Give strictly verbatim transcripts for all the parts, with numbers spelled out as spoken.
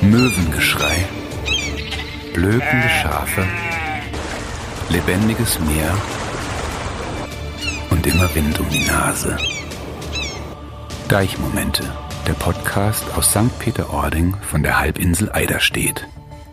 Möwengeschrei, blökende Schafe, lebendiges Meer und immer Wind um die Nase. Deichmomente, der Podcast aus Sankt Peter-Ording von der Halbinsel Eiderstedt.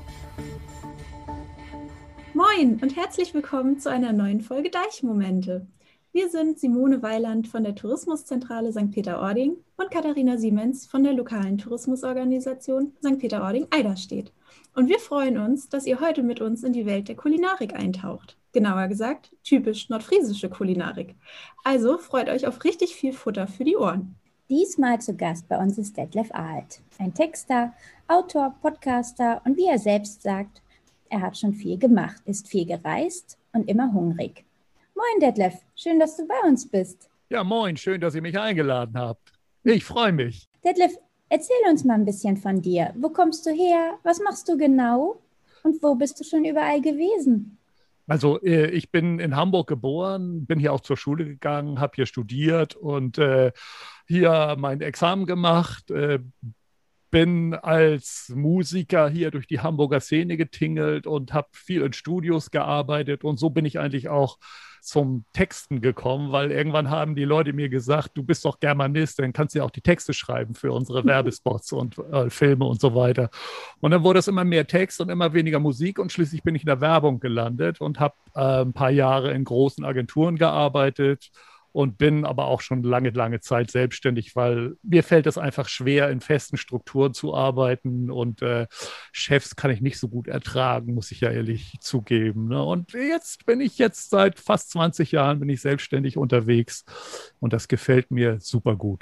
Moin und herzlich willkommen zu einer neuen Folge Deichmomente. Wir sind Simone Weiland von der Tourismuszentrale Sankt Peter-Ording und Katharina Siemens von der lokalen Tourismusorganisation Sankt Peter-Ording Eiderstedt. Und wir freuen uns, dass ihr heute mit uns in die Welt der Kulinarik eintaucht. Genauer gesagt, typisch nordfriesische Kulinarik. Also freut euch auf richtig viel Futter für die Ohren. Diesmal zu Gast bei uns ist Detlef Ahlt, ein Texter, Autor, Podcaster und wie er selbst sagt, er hat schon viel gemacht, ist viel gereist und immer hungrig. Moin Detlef, schön, dass du bei uns bist. Ja, moin, schön, dass ihr mich eingeladen habt. Ich freue mich. Detlef, erzähl uns mal ein bisschen von dir. Wo kommst du her? Was machst du genau? Und wo bist du schon überall gewesen? Also ich bin in Hamburg geboren, bin hier auch zur Schule gegangen, habe hier studiert und äh, hier mein Examen gemacht, äh, bin als Musiker hier durch die Hamburger Szene getingelt und habe viel in Studios gearbeitet und so bin ich eigentlich auch zum Texten gekommen, weil irgendwann haben die Leute mir gesagt, du bist doch Germanist, dann kannst du ja auch die Texte schreiben für unsere Werbespots und äh, Filme und so weiter. Und dann wurde es immer mehr Text und immer weniger Musik und schließlich bin ich in der Werbung gelandet und habe äh, ein paar Jahre in großen Agenturen gearbeitet und bin aber auch schon lange, lange Zeit selbstständig, weil mir fällt es einfach schwer, in festen Strukturen zu arbeiten und äh, Chefs kann ich nicht so gut ertragen, muss ich ja ehrlich zugeben. Ne? Und jetzt bin ich jetzt seit fast zwanzig Jahren bin ich selbstständig unterwegs und das gefällt mir super gut.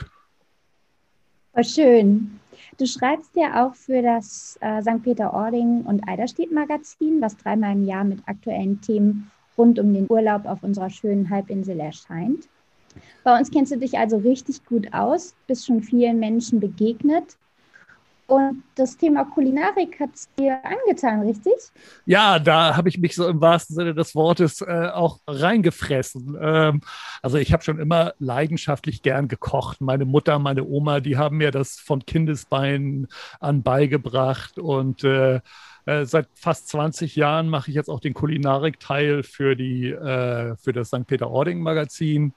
Oh, schön. Du schreibst ja auch für das äh, Sankt Peter-Ording und Eiderstedt-Magazin, was dreimal im Jahr mit aktuellen Themen rund um den Urlaub auf unserer schönen Halbinsel erscheint. Bei uns kennst du dich also richtig gut aus, bist schon vielen Menschen begegnet. Und das Thema Kulinarik hat es dir angetan, richtig? Ja, da habe ich mich so im wahrsten Sinne des Wortes äh, auch reingefressen. Ähm, also ich habe schon immer leidenschaftlich gern gekocht. Meine Mutter, meine Oma, die haben mir das von Kindesbeinen an beigebracht. Und äh, äh, seit fast zwanzig Jahren mache ich jetzt auch den Kulinarik-Teil für, die, äh, für das Sankt Peter-Ording-Magazin.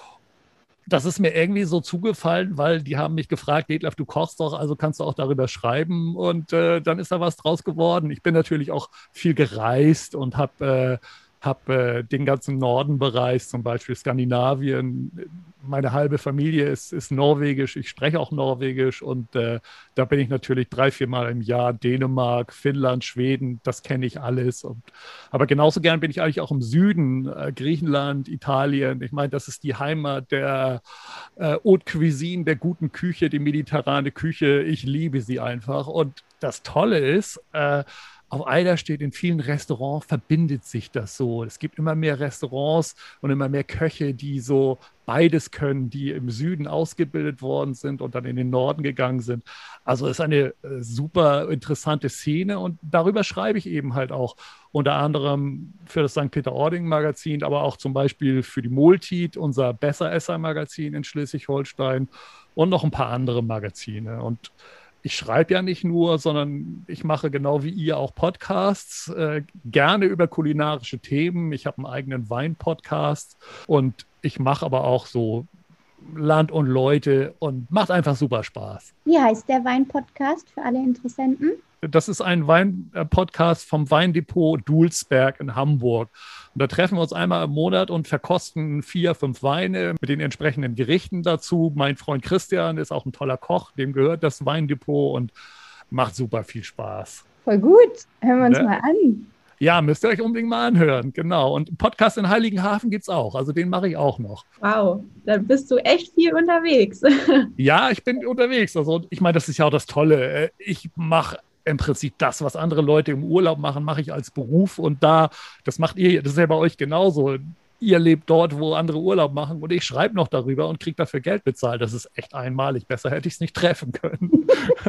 Das ist mir irgendwie so zugefallen, weil die haben mich gefragt, Detlef, du kochst doch, also kannst du auch darüber schreiben und äh, dann ist da was draus geworden. Ich bin natürlich auch viel gereist und habe äh, hab, äh, den ganzen Norden bereist, zum Beispiel Skandinavien. Meine halbe Familie ist, ist norwegisch, ich spreche auch Norwegisch und äh, da bin ich natürlich drei, vier Mal im Jahr. Dänemark, Finnland, Schweden, das kenne ich alles. Und, aber genauso gern bin ich eigentlich auch im Süden, äh, Griechenland, Italien. Ich meine, das ist die Heimat der äh, Haute Cuisine, der guten Küche, die mediterrane Küche. Ich liebe sie einfach. Und das Tolle ist, äh, auf Eiderstedt in vielen Restaurants verbindet sich das so. Es gibt immer mehr Restaurants und immer mehr Köche, die so beides können, die im Süden ausgebildet worden sind und dann in den Norden gegangen sind. Also es ist eine äh, super interessante Szene und darüber schreibe ich eben halt auch unter anderem für das Sankt Peter-Ording-Magazin, aber auch zum Beispiel für die Multit, unser Besseresser-Magazin in Schleswig-Holstein und noch ein paar andere Magazine. Und ich schreibe ja nicht nur, sondern ich mache genau wie ihr auch Podcasts, äh, gerne über kulinarische Themen. Ich habe einen eigenen Wein-Podcast und ich mache aber auch so Land und Leute und macht einfach super Spaß. Wie heißt der Wein-Podcast für alle Interessenten? Das ist ein Wein-Podcast vom Weindepot Dulsberg in Hamburg. Und da treffen wir uns einmal im Monat und verkosten vier, fünf Weine mit den entsprechenden Gerichten dazu. Mein Freund Christian ist auch ein toller Koch, dem gehört das Weindepot und macht super viel Spaß. Voll gut, hören wir uns Ne? mal an. Ja, müsst ihr euch unbedingt mal anhören, genau. Und einen Podcast in Heiligenhafen gibt es auch, also den mache ich auch noch. Wow, da bist du echt viel unterwegs. Ja, ich bin unterwegs. Also ich meine, das ist ja auch das Tolle. Ich mache im Prinzip das, was andere Leute im Urlaub machen, mache ich als Beruf und da, das macht ihr, das ist ja bei euch genauso. Ihr lebt dort, wo andere Urlaub machen und ich schreibe noch darüber und kriege dafür Geld bezahlt. Das ist echt einmalig. Besser hätte ich es nicht treffen können.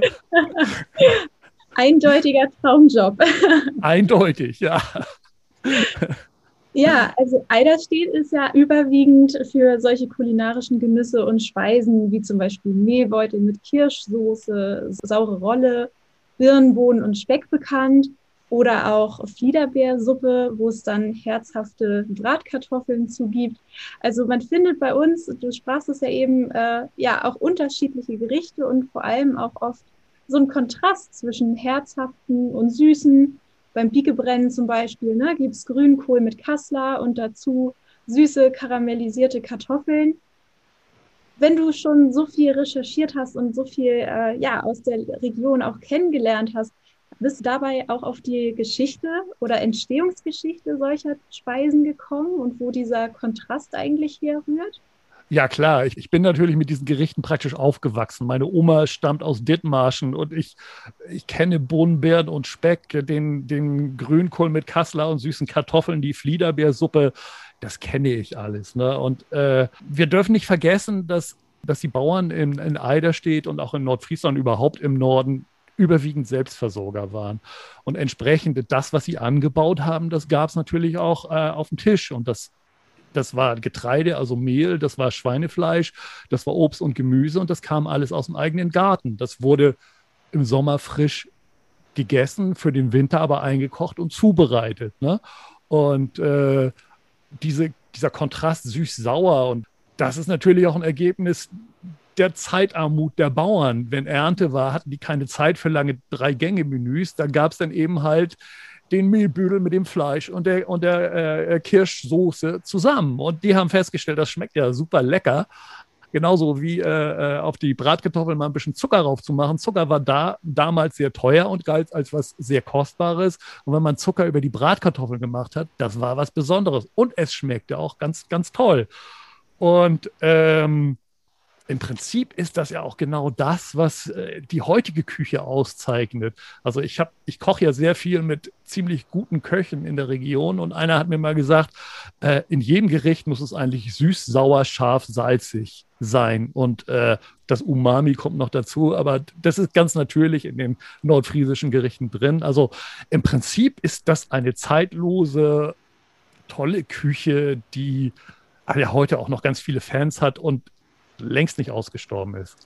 Eindeutiger Traumjob. Eindeutig, ja. Ja, also Eiderstedt ist ja überwiegend für solche kulinarischen Genüsse und Speisen wie zum Beispiel Mehlbeutel mit Kirschsoße, saure Rolle Birnenbohnen und Speck bekannt. Oder auch Fliederbeersuppe, wo es dann herzhafte Bratkartoffeln zugibt. Also man findet bei uns, du sprachst es ja eben, äh, ja auch unterschiedliche Gerichte und vor allem auch oft so ein Kontrast zwischen herzhaften und süßen. Beim Piekebrenne zum Beispiel ne, gibt es Grünkohl mit Kassler und dazu süße karamellisierte Kartoffeln. Wenn du schon so viel recherchiert hast und so viel äh, ja, aus der Region auch kennengelernt hast, bist du dabei auch auf die Geschichte oder Entstehungsgeschichte solcher Speisen gekommen und wo dieser Kontrast eigentlich herrührt? Ja, klar. Ich, ich bin natürlich mit diesen Gerichten praktisch aufgewachsen. Meine Oma stammt aus Dithmarschen und ich, ich kenne Bohnen, Beeren und Speck, den, den Grünkohl mit Kassler und süßen Kartoffeln, die Fliederbeersuppe. Das kenne ich alles. Ne? Und äh, wir dürfen nicht vergessen, dass, dass die Bauern in, in Eiderstedt und auch in Nordfriesland, überhaupt im Norden, überwiegend Selbstversorger waren. Und entsprechend das, was sie angebaut haben, das gab es natürlich auch äh, auf dem Tisch. Und das, das war Getreide, also Mehl, das war Schweinefleisch, das war Obst und Gemüse und das kam alles aus dem eigenen Garten. Das wurde im Sommer frisch gegessen, für den Winter aber eingekocht und zubereitet. Ne? Und äh, diese, dieser Kontrast süß-sauer, und das ist natürlich auch ein Ergebnis der Zeitarmut der Bauern. Wenn Ernte war, hatten die keine Zeit für lange Drei-Gänge-Menüs. Da gab es dann eben halt den Mehlbüdel mit dem Fleisch und der, und der äh, Kirschsoße zusammen. Und die haben festgestellt, das schmeckt ja super lecker. Genauso wie äh, auf die Bratkartoffeln mal ein bisschen Zucker drauf zu machen. Zucker war da damals sehr teuer und galt als was sehr Kostbares. Und wenn man Zucker über die Bratkartoffeln gemacht hat, das war was Besonderes. Und es schmeckte auch ganz, ganz toll. Und ähm, im Prinzip ist das ja auch genau das, was äh, die heutige Küche auszeichnet. Also ich habe, ich koche ja sehr viel mit ziemlich guten Köchen in der Region und einer hat mir mal gesagt, äh, in jedem Gericht muss es eigentlich süß, sauer, scharf, salzig sein und äh, das Umami kommt noch dazu, aber das ist ganz natürlich in den nordfriesischen Gerichten drin. Also im Prinzip ist das eine zeitlose, tolle Küche, die ja heute auch noch ganz viele Fans hat und längst nicht ausgestorben ist.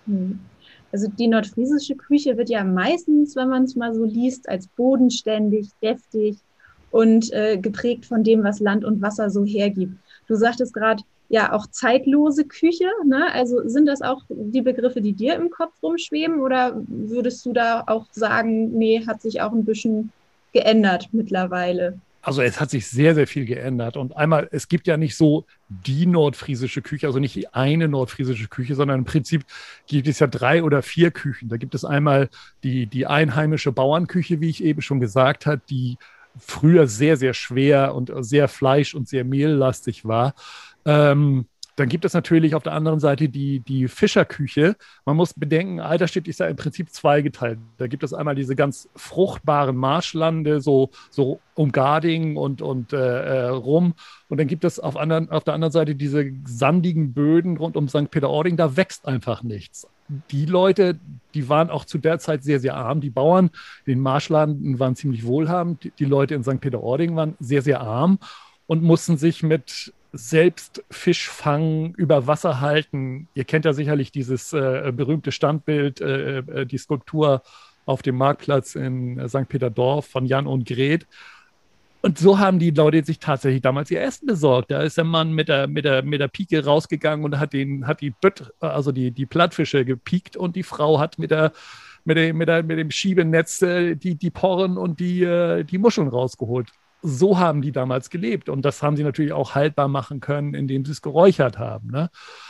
Also die nordfriesische Küche wird ja meistens, wenn man es mal so liest, als bodenständig, deftig und äh, geprägt von dem, was Land und Wasser so hergibt. Du sagtest gerade, ja, auch zeitlose Küche, ne? Also sind das auch die Begriffe, die dir im Kopf rumschweben oder würdest du da auch sagen, nee, hat sich auch ein bisschen geändert mittlerweile? Also es hat sich sehr, sehr viel geändert. Und einmal, es gibt ja nicht so die nordfriesische Küche, also nicht die eine nordfriesische Küche, sondern im Prinzip gibt es ja drei oder vier Küchen. Da gibt es einmal die, die einheimische Bauernküche, wie ich eben schon gesagt habe, die früher sehr, sehr schwer und sehr fleisch- und sehr mehllastig war. Ähm, Dann gibt es natürlich auf der anderen Seite die, die Fischerküche. Man muss bedenken, Eiderstedt ist ja im Prinzip zweigeteilt. Da gibt es einmal diese ganz fruchtbaren Marschlande, so, so um Garding und, und äh, rum. Und dann gibt es auf, anderen, auf der anderen Seite diese sandigen Böden rund um Sankt Peter-Ording. Da wächst einfach nichts. Die Leute, die waren auch zu der Zeit sehr, sehr arm. Die Bauern in den Marschlanden waren ziemlich wohlhabend. Die, die Leute in Sankt Peter-Ording waren sehr, sehr arm und mussten sich mit selbst Fisch fangen, über Wasser halten. Ihr kennt ja sicherlich dieses äh, berühmte Standbild, äh, äh, die Skulptur auf dem Marktplatz in Sankt Peter-Dorf von Jan und Gret. Und so haben die Leute sich tatsächlich damals ihr Essen besorgt. Da ist der Mann mit der, mit der, mit der Pike rausgegangen und hat, den, hat die Bött, also die, die Plattfische gepiekt und die Frau hat mit der mit dem, mit der, mit dem Schiebenetz äh, die, die Porren und die, äh, die Muscheln rausgeholt. So haben die damals gelebt. Und das haben sie natürlich auch haltbar machen können, indem sie es geräuchert haben. Ne?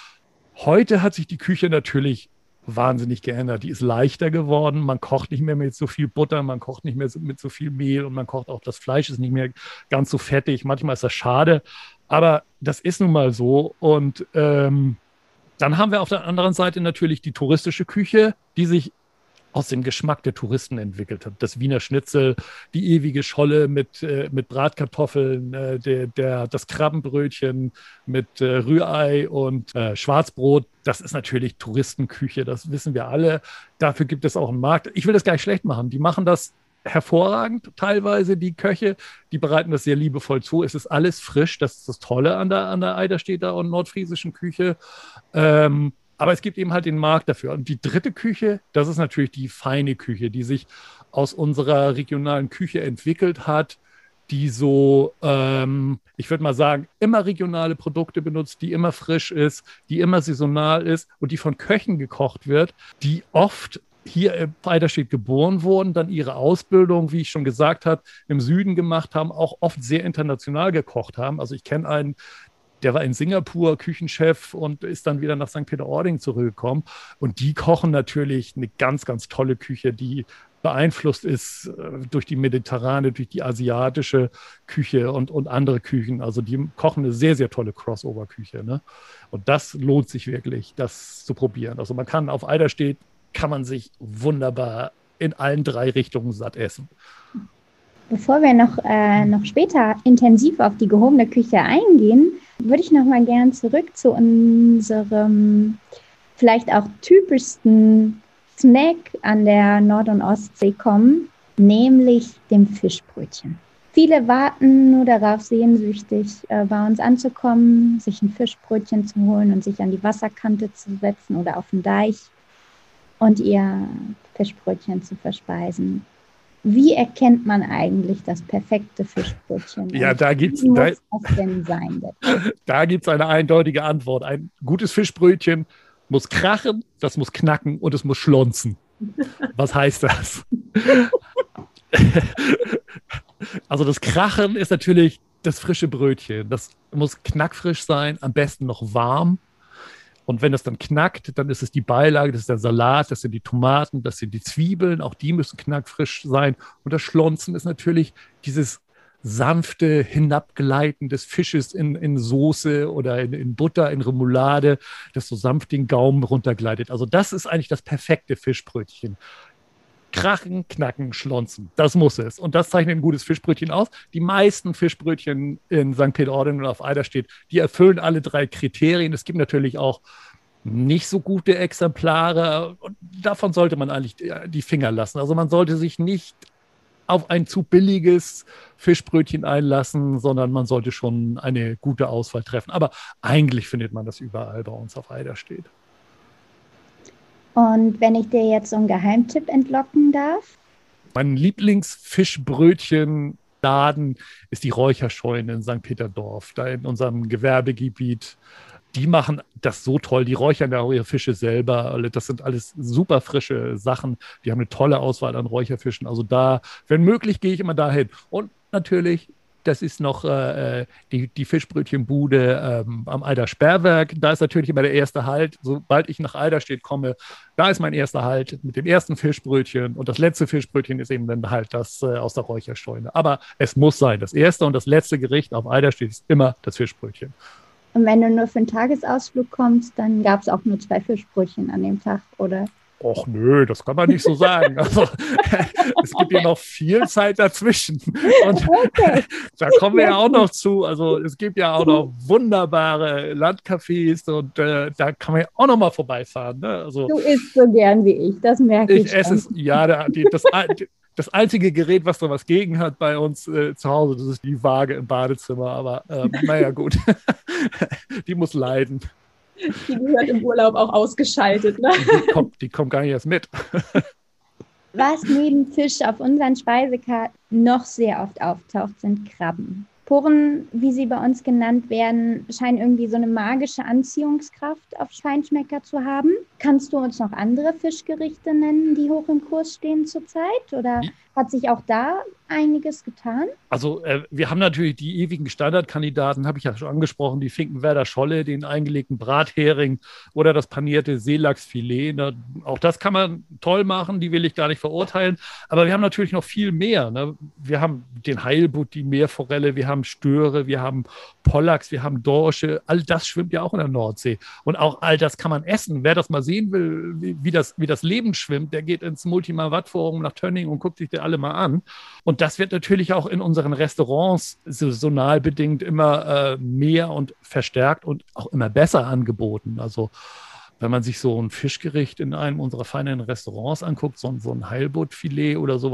Heute hat sich die Küche natürlich wahnsinnig geändert. Die ist leichter geworden. Man kocht nicht mehr mit so viel Butter, man kocht nicht mehr mit so viel Mehl und man kocht auch, das Fleisch ist nicht mehr ganz so fettig. Manchmal ist das schade, aber das ist nun mal so. Und ähm, dann haben wir auf der anderen Seite natürlich die touristische Küche, die sich aus dem Geschmack der Touristen entwickelt hat. Das Wiener Schnitzel, die ewige Scholle mit, äh, mit Bratkartoffeln, äh, der, der, das Krabbenbrötchen mit äh, Rührei und äh, Schwarzbrot. Das ist natürlich Touristenküche, das wissen wir alle. Dafür gibt es auch einen Markt. Ich will das gar nicht schlecht machen. Die machen das hervorragend, teilweise die Köche. Die bereiten das sehr liebevoll zu. Es ist alles frisch. Das ist das Tolle an der, an der Eiderstedter und nordfriesischen Küche. Ähm, Aber es gibt eben halt den Markt dafür. Und die dritte Küche, das ist natürlich die feine Küche, die sich aus unserer regionalen Küche entwickelt hat, die so, ähm, ich würde mal sagen, immer regionale Produkte benutzt, die immer frisch ist, die immer saisonal ist und die von Köchen gekocht wird, die oft hier in Eiderstedt geboren wurden, dann ihre Ausbildung, wie ich schon gesagt habe, im Süden gemacht haben, auch oft sehr international gekocht haben. Also ich kenne einen, der war in Singapur Küchenchef und ist dann wieder nach Sankt Peter-Ording zurückgekommen. Und die kochen natürlich eine ganz, ganz tolle Küche, die beeinflusst ist durch die mediterrane, durch die asiatische Küche und, und andere Küchen. Also die kochen eine sehr, sehr tolle Crossover-Küche. Ne? Und das lohnt sich wirklich, das zu probieren. Also man kann auf Eiderstedt kann man sich wunderbar in allen drei Richtungen satt essen. Bevor wir noch, äh, noch später intensiv auf die gehobene Küche eingehen, würde ich noch mal gern zurück zu unserem vielleicht auch typischsten Snack an der Nord- und Ostsee kommen, nämlich dem Fischbrötchen. Viele warten nur darauf, sehnsüchtig äh, bei uns anzukommen, sich ein Fischbrötchen zu holen und sich an die Wasserkante zu setzen oder auf den Deich und ihr Fischbrötchen zu verspeisen. Wie erkennt man eigentlich das perfekte Fischbrötchen? Ja, da gibt es da, da gibt's eine eindeutige Antwort. Ein gutes Fischbrötchen muss krachen, das muss knacken und es muss schlonzen. Was heißt das? Also das Krachen ist natürlich das frische Brötchen. Das muss knackfrisch sein, am besten noch warm. Und wenn es dann knackt, dann ist es die Beilage, das ist der Salat, das sind die Tomaten, das sind die Zwiebeln, auch die müssen knackfrisch sein. Und das Schlonzen ist natürlich dieses sanfte Hinabgleiten des Fisches in, in Soße oder in, in Butter, in Remoulade, das so sanft den Gaumen runtergleitet. Also das ist eigentlich das perfekte Fischbrötchen. Krachen, knacken, schlonzen. Das muss es. Und das zeichnet ein gutes Fischbrötchen aus. Die meisten Fischbrötchen in Sankt Peter-Ording und auf Eiderstedt, die erfüllen alle drei Kriterien. Es gibt natürlich auch nicht so gute Exemplare. Und davon sollte man eigentlich die Finger lassen. Also man sollte sich nicht auf ein zu billiges Fischbrötchen einlassen, sondern man sollte schon eine gute Auswahl treffen. Aber eigentlich findet man das überall bei uns auf Eiderstedt. Und wenn ich dir jetzt so einen Geheimtipp entlocken darf? Mein Lieblingsfischbrötchenladen ist die Räucherscheune in Sankt Peterdorf, da in unserem Gewerbegebiet. Die machen das so toll, die räuchern ja auch ihre Fische selber. Das sind alles super frische Sachen. Die haben eine tolle Auswahl an Räucherfischen. Also da, wenn möglich, gehe ich immer dahin. Und natürlich, das ist noch äh, die, die Fischbrötchenbude ähm, am Eidersperrwerk. Da ist natürlich immer der erste Halt. Sobald ich nach Eiderstedt komme, da ist mein erster Halt mit dem ersten Fischbrötchen. Und das letzte Fischbrötchen ist eben dann halt das äh, aus der Räucherscheune. Aber es muss sein. Das erste und das letzte Gericht auf Eiderstedt ist immer das Fischbrötchen. Und wenn du nur für einen Tagesausflug kommst, dann gab es auch nur zwei Fischbrötchen an dem Tag, oder? Och nö, das kann man nicht so sagen. Also, es gibt ja noch viel Zeit dazwischen. Und okay. Da kommen wir ja auch noch zu. Also es gibt ja auch noch wunderbare Landcafés und äh, da kann man ja auch noch mal vorbeifahren. Ne? Also, du isst so gern wie ich, das merke ich. Ich esse es, ja, der, die, das, das einzige Gerät, was da was gegen hat bei uns äh, zu Hause, das ist die Waage im Badezimmer. Aber äh, naja, gut, die muss leiden. Die gehört im Urlaub auch ausgeschaltet, ne? Die kommt, die kommt gar nicht erst mit. Was neben Fisch auf unseren Speisekarten noch sehr oft auftaucht, sind Krabben. Poren, wie sie bei uns genannt werden, scheinen irgendwie so eine magische Anziehungskraft auf Feinschmecker zu haben. Kannst du uns noch andere Fischgerichte nennen, die hoch im Kurs stehen zurzeit? Oder hat sich auch da einiges getan? Also äh, wir haben natürlich die ewigen Standardkandidaten, habe ich ja schon angesprochen, die Finkenwerder Scholle, den eingelegten Brathering oder das panierte Seelachsfilet. Ne? Auch das kann man toll machen, die will ich gar nicht verurteilen. Aber wir haben natürlich noch viel mehr. Ne? Wir haben den Heilbutt, die Meerforelle, wir haben Störe, wir haben Pollachs, wir haben Dorsche. All das schwimmt ja auch in der Nordsee. Und auch all das kann man essen. Wer das mal sehen will, wie, wie, das, wie das Leben schwimmt, der geht ins Multima-Watt-Forum nach Tönning und guckt sich das alle mal an. Und das wird natürlich auch in unseren Restaurants saisonal bedingt immer äh, mehr und verstärkt und auch immer besser angeboten. Also wenn man sich so ein Fischgericht in einem unserer feinen Restaurants anguckt, so, so ein Heilbuttfilet oder sowas,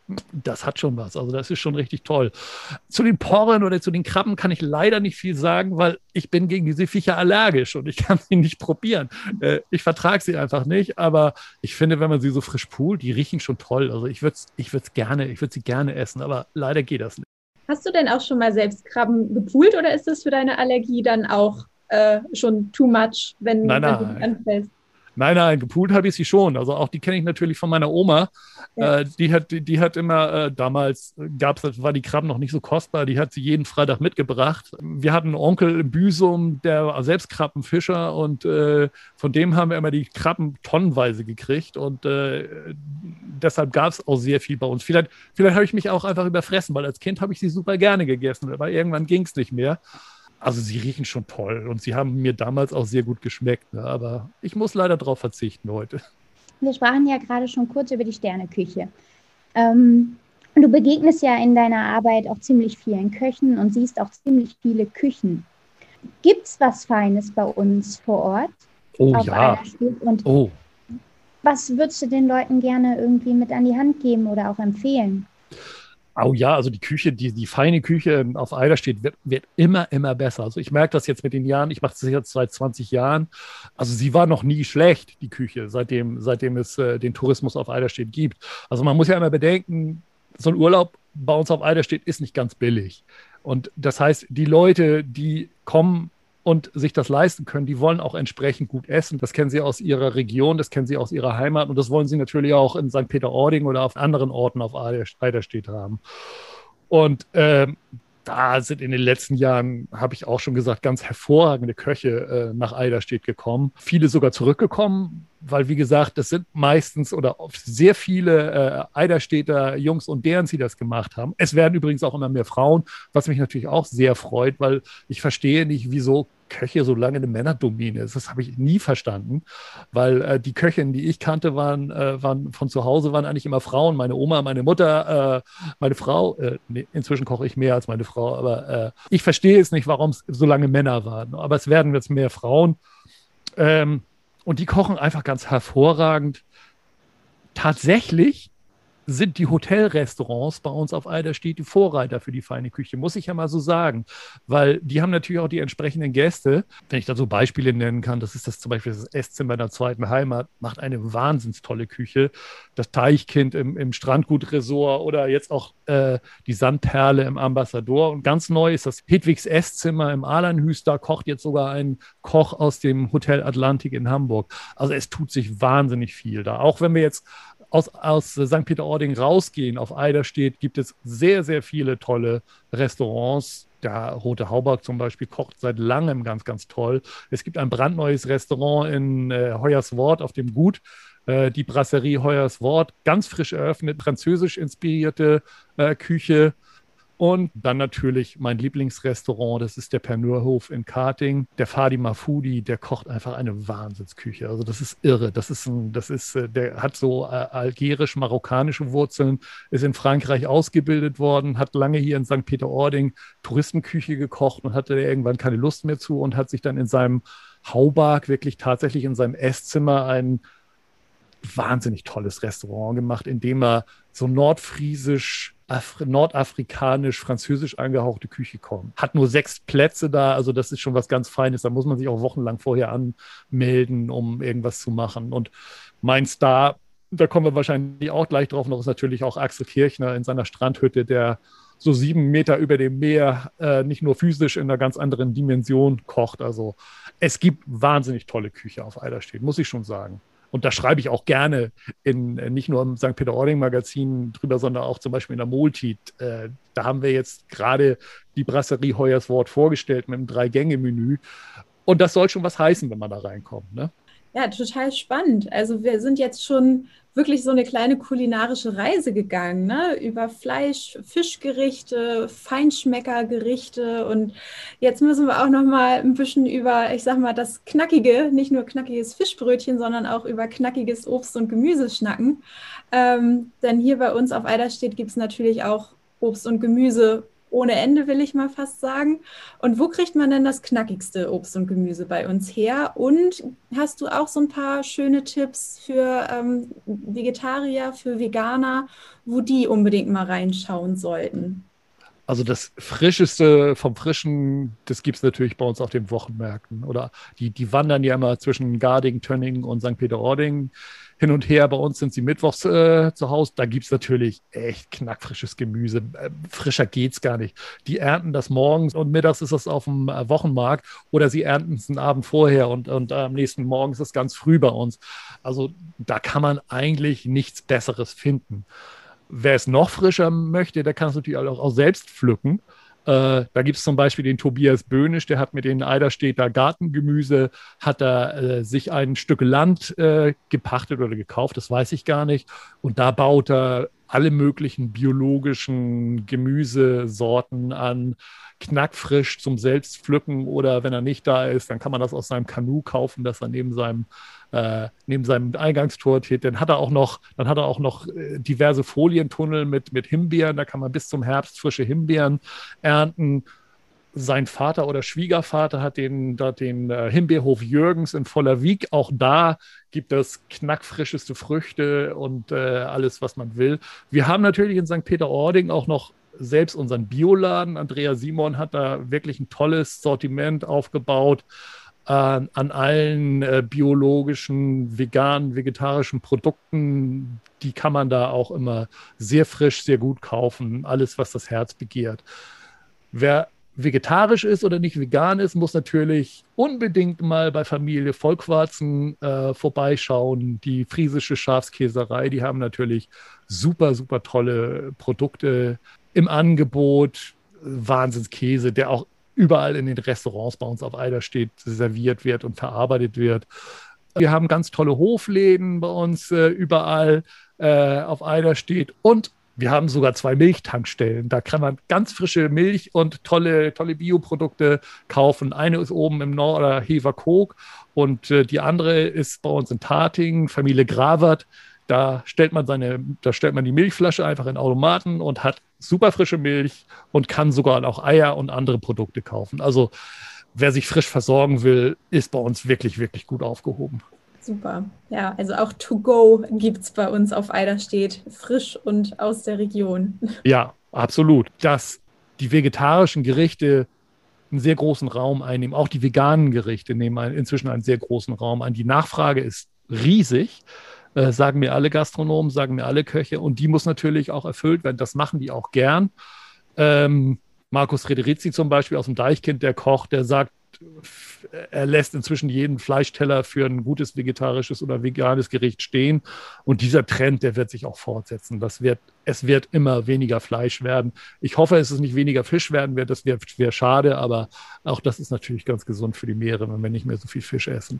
das hat schon was. Also das ist schon richtig toll. Zu den Porren oder zu den Krabben kann ich leider nicht viel sagen, weil ich bin gegen diese Viecher allergisch und ich kann sie nicht probieren. Äh, ich vertrage sie einfach nicht, aber ich finde, wenn man sie so frisch pult, die riechen schon toll. Also ich würde ich würde gerne, ich würde sie gerne essen, aber leider geht das nicht. Hast du denn auch schon mal selbst Krabben gepult oder ist das für deine Allergie dann auch äh, schon too much, wenn, Nein, wenn du nein. dich anfällst? Nein, nein, gepult habe ich sie schon. Also auch die kenne ich natürlich von meiner Oma. Ja. Äh, die hat, die, die hat immer, äh, damals gab's, war die Krabben noch nicht so kostbar, die hat sie jeden Freitag mitgebracht. Wir hatten einen Onkel in Büsum, der war selbst Krabbenfischer und äh, von dem haben wir immer die Krabben tonnenweise gekriegt und äh, deshalb gab es auch sehr viel bei uns. Vielleicht, vielleicht habe ich mich auch einfach überfressen, weil als Kind habe ich sie super gerne gegessen, aber irgendwann ging es nicht mehr. Also sie riechen schon toll und sie haben mir damals auch sehr gut geschmeckt, ne? Aber ich muss leider darauf verzichten heute. Wir sprachen ja gerade schon kurz über die Sterneküche. Ähm, du begegnest ja in deiner Arbeit auch ziemlich vielen Köchen und siehst auch ziemlich viele Küchen. Gibt es was Feines bei uns vor Ort? Oh auf ja. Eiderstedt? Und Oh. was würdest du den Leuten gerne irgendwie mit an die Hand geben oder auch empfehlen? Oh ja, also die Küche, die, die feine Küche auf Eiderstedt wird, wird immer, immer besser. Also ich merke das jetzt mit den Jahren, ich mache das jetzt seit zwanzig Jahren. Also sie war noch nie schlecht, die Küche, seitdem, seitdem es äh, den Tourismus auf Eiderstedt gibt. Also man muss ja immer bedenken, so ein Urlaub bei uns auf Eiderstedt ist nicht ganz billig. Und das heißt, die Leute, die kommen und sich das leisten können, die wollen auch entsprechend gut essen. Das kennen sie aus ihrer Region, das kennen sie aus ihrer Heimat und das wollen sie natürlich auch in Sankt Peter-Ording oder auf anderen Orten auf Eiderstedt haben. Und ähm, da sind in den letzten Jahren, habe ich auch schon gesagt, ganz hervorragende Köche äh, nach Eiderstedt gekommen. Viele sogar zurückgekommen, weil, wie gesagt, das sind meistens oder sehr viele äh, Eiderstedter Jungs und Derns, die das gemacht haben. Es werden übrigens auch immer mehr Frauen, was mich natürlich auch sehr freut, weil ich verstehe nicht, wieso Köche so lange eine Männerdomäne ist. Das habe ich nie verstanden, weil äh, die Köchinnen, die ich kannte, waren, äh, waren von zu Hause, waren eigentlich immer Frauen. Meine Oma, meine Mutter, äh, meine Frau. Äh, nee, inzwischen koche ich mehr als meine Frau, aber äh, ich verstehe es nicht, warum es so lange Männer waren. Aber es werden jetzt mehr Frauen. Ähm, und die kochen einfach ganz hervorragend. Tatsächlich sind die Hotelrestaurants bei uns auf Eiderstedt die Vorreiter für die feine Küche, muss ich ja mal so sagen, weil die haben natürlich auch die entsprechenden Gäste. Wenn ich da so Beispiele nennen kann, das ist das zum Beispiel das Esszimmer in der zweiten Heimat, macht eine wahnsinns tolle Küche. Das Teichkind im, im Strandgut-Resort oder jetzt auch äh, die Sandperle im Ambassador. Und ganz neu ist das Hedwigs Esszimmer im Alanhüs. Da kocht jetzt sogar ein Koch aus dem Hotel Atlantik in Hamburg. Also es tut sich wahnsinnig viel da. Auch wenn wir jetzt Aus, aus Sankt Peter-Ording rausgehen, auf Eiderstedt, gibt es sehr, sehr viele tolle Restaurants. Der Rote Hauberg zum Beispiel kocht seit langem ganz, ganz toll. Es gibt ein brandneues Restaurant in äh, Hoyerswort auf dem Gut, äh, die Brasserie Hoyerswort, ganz frisch eröffnet, französisch inspirierte äh, Küche. Und dann natürlich mein Lieblingsrestaurant, das ist der Pernürhof in Karting. Der Fadi Mahfoudi, der kocht einfach eine Wahnsinnsküche. Also das ist irre. Das ist ein, das ist, der hat so äh, algerisch-marokkanische Wurzeln, ist in Frankreich ausgebildet worden, hat lange hier in Sankt Peter-Ording Touristenküche gekocht und hatte irgendwann keine Lust mehr zu und hat sich dann in seinem Hauberg wirklich tatsächlich in seinem Esszimmer ein wahnsinnig tolles Restaurant gemacht, in dem er so nordfriesisch, Af- nordafrikanisch, französisch angehauchte Küche kommt. Hat nur sechs Plätze da, also das ist schon was ganz Feines. Da muss man sich auch wochenlang vorher anmelden, um irgendwas zu machen. Und mein Star, da kommen wir wahrscheinlich auch gleich drauf noch, ist natürlich auch Axel Kirchner in seiner Strandhütte, der so sieben Meter über dem Meer äh, nicht nur physisch in einer ganz anderen Dimension kocht. Also es gibt wahnsinnig tolle Küche auf Eiderstedt, muss ich schon sagen. Und da schreibe ich auch gerne in, nicht nur im Sankt Peter-Ording-Magazin drüber, sondern auch zum Beispiel in der Moltit. Äh, da haben wir jetzt gerade die Brasserie Hoyerswort vorgestellt mit einem Drei-Gänge-Menü. Und das soll schon was heißen, wenn man da reinkommt, ne? Ja, total spannend. Also wir sind jetzt schon wirklich so eine kleine kulinarische Reise gegangen, ne? Über Fleisch, Fischgerichte, Feinschmeckergerichte und jetzt müssen wir auch noch mal ein bisschen über, ich sag mal, das knackige, nicht nur knackiges Fischbrötchen, sondern auch über knackiges Obst und Gemüse schnacken. Ähm, denn hier bei uns auf Eiderstedt gibt es natürlich auch Obst und Gemüse ohne Ende, will ich mal fast sagen. Und wo kriegt man denn das knackigste Obst und Gemüse bei uns her? Und hast du auch so ein paar schöne Tipps für ähm, Vegetarier, für Veganer, wo die unbedingt mal reinschauen sollten? Also das Frischeste vom Frischen, das gibt es natürlich bei uns auf den Wochenmärkten. Oder die, die wandern ja immer zwischen Garding, Tönning und Sankt Peter-Ording hin und her. Bei uns sind sie mittwochs äh, zu Hause. Da gibt es natürlich echt knackfrisches Gemüse. Äh, frischer geht's gar nicht. Die ernten das morgens und mittags ist das auf dem äh, Wochenmarkt oder sie ernten es einen Abend vorher und, und äh, am nächsten Morgen ist es ganz früh bei uns. Also da kann man eigentlich nichts Besseres finden. Wer es noch frischer möchte, der kann es natürlich auch, auch selbst pflücken. Äh, da gibt es zum Beispiel den Tobias Böhnisch, der hat mit den Eiderstedter Gartengemüse, hat da äh, sich ein Stück Land äh, gepachtet oder gekauft, das weiß ich gar nicht. Und da baut er alle möglichen biologischen Gemüsesorten an, knackfrisch zum Selbstpflücken, oder wenn er nicht da ist, dann kann man das aus seinem Kanu kaufen, das er neben seinem Äh, neben seinem Eingangstor steht. Dann hat er auch noch, dann hat er auch noch äh, diverse Folientunnel mit, mit Himbeeren. Da kann man bis zum Herbst frische Himbeeren ernten. Sein Vater oder Schwiegervater hat den, da den äh, Himbeerhof Jürgens in Vollerwiek. Auch da gibt es knackfrischeste Früchte und äh, alles, was man will. Wir haben natürlich in Sankt Peter-Ording auch noch selbst unseren Bioladen. Andrea Simon hat da wirklich ein tolles Sortiment aufgebaut an allen äh, biologischen, veganen, vegetarischen Produkten. Die kann man da auch immer sehr frisch, sehr gut kaufen. Alles, was das Herz begehrt. Wer vegetarisch ist oder nicht vegan ist, muss natürlich unbedingt mal bei Familie Vollquarzen äh, vorbeischauen. Die friesische Schafskäserei, die haben natürlich super, super tolle Produkte im Angebot. Wahnsinnskäse, der auch überall in den Restaurants bei uns auf Eiderstedt serviert wird und verarbeitet wird. Wir haben ganz tolle Hofläden bei uns äh, überall äh, auf Eiderstedt und wir haben sogar zwei Milchtankstellen. Da kann man ganz frische Milch und tolle, tolle Bioprodukte kaufen. Eine ist oben im Norden Heverkoog und äh, die andere ist bei uns in Tating, Familie Gravert. Da stellt man seine, da stellt man die Milchflasche einfach in den Automaten und hat super frische Milch und kann sogar auch Eier und andere Produkte kaufen. Also wer sich frisch versorgen will, ist bei uns wirklich, wirklich gut aufgehoben. Super. Ja, also auch To Go gibt es bei uns auf Eiderstedt, frisch und aus der Region. Ja, absolut. Dass die vegetarischen Gerichte einen sehr großen Raum einnehmen, auch die veganen Gerichte nehmen inzwischen einen sehr großen Raum ein. Die Nachfrage ist riesig. Äh, sagen mir alle Gastronomen, sagen mir alle Köche, und die muss natürlich auch erfüllt werden. Das machen die auch gern. Ähm, Markus Rederizzi zum Beispiel aus dem Deichkind, der Koch, der sagt, er lässt inzwischen jeden Fleischteller für ein gutes vegetarisches oder veganes Gericht stehen. Und dieser Trend, der wird sich auch fortsetzen. Das wird, es wird immer weniger Fleisch werden. Ich hoffe, dass es nicht weniger Fisch werden wird. Das wäre wär schade, aber auch das ist natürlich ganz gesund für die Meere, wenn wir nicht mehr so viel Fisch essen.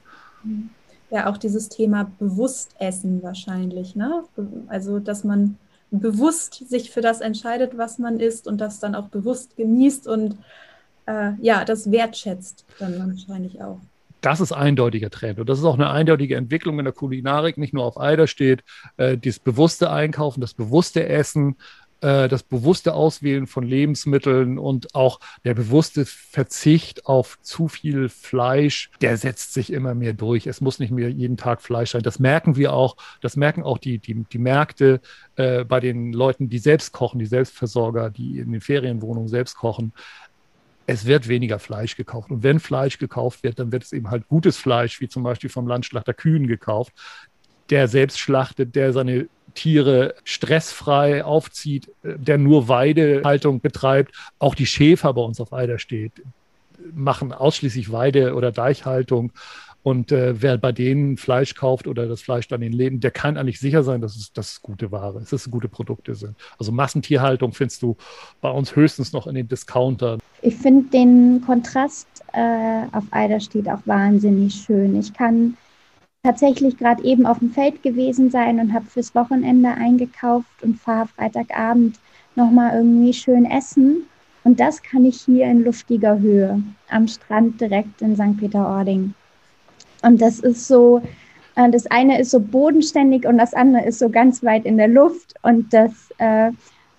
Ja, auch dieses Thema Bewusstessen wahrscheinlich, ne? Also, dass man bewusst sich für das entscheidet, was man isst und das dann auch bewusst genießt und äh, ja, das wertschätzt dann wahrscheinlich auch. Das ist eindeutiger Trend und das ist auch eine eindeutige Entwicklung in der Kulinarik, nicht nur auf Eiderstedt. Äh, dieses bewusste Einkaufen, das bewusste Essen, äh, das bewusste Auswählen von Lebensmitteln und auch der bewusste Verzicht auf zu viel Fleisch, der setzt sich immer mehr durch. Es muss nicht mehr jeden Tag Fleisch sein. Das merken wir auch, das merken auch die, die, die Märkte äh, bei den Leuten, die selbst kochen, die Selbstversorger, die in den Ferienwohnungen selbst kochen. Es wird weniger Fleisch gekauft. Und wenn Fleisch gekauft wird, dann wird es eben halt gutes Fleisch, wie zum Beispiel vom Landschlachter Kühn gekauft, der selbst schlachtet, der seine Tiere stressfrei aufzieht, der nur Weidehaltung betreibt. Auch die Schäfer bei uns auf Eiderstedt machen ausschließlich Weide- oder Deichhaltung. Und äh, wer bei denen Fleisch kauft oder das Fleisch dann in den Läden, der kann eigentlich sicher sein, dass es, dass es gute Ware ist, dass es gute Produkte sind. Also Massentierhaltung findest du bei uns höchstens noch in den Discountern. Ich finde den Kontrast äh, auf Eiderstedt auch wahnsinnig schön. Ich kann tatsächlich gerade eben auf dem Feld gewesen sein und habe fürs Wochenende eingekauft und fahre Freitagabend nochmal irgendwie schön essen. Und das kann ich hier in luftiger Höhe am Strand direkt in Sankt Peter-Ording. Und das ist so, äh, das eine ist so bodenständig und das andere ist so ganz weit in der Luft. Und das, äh,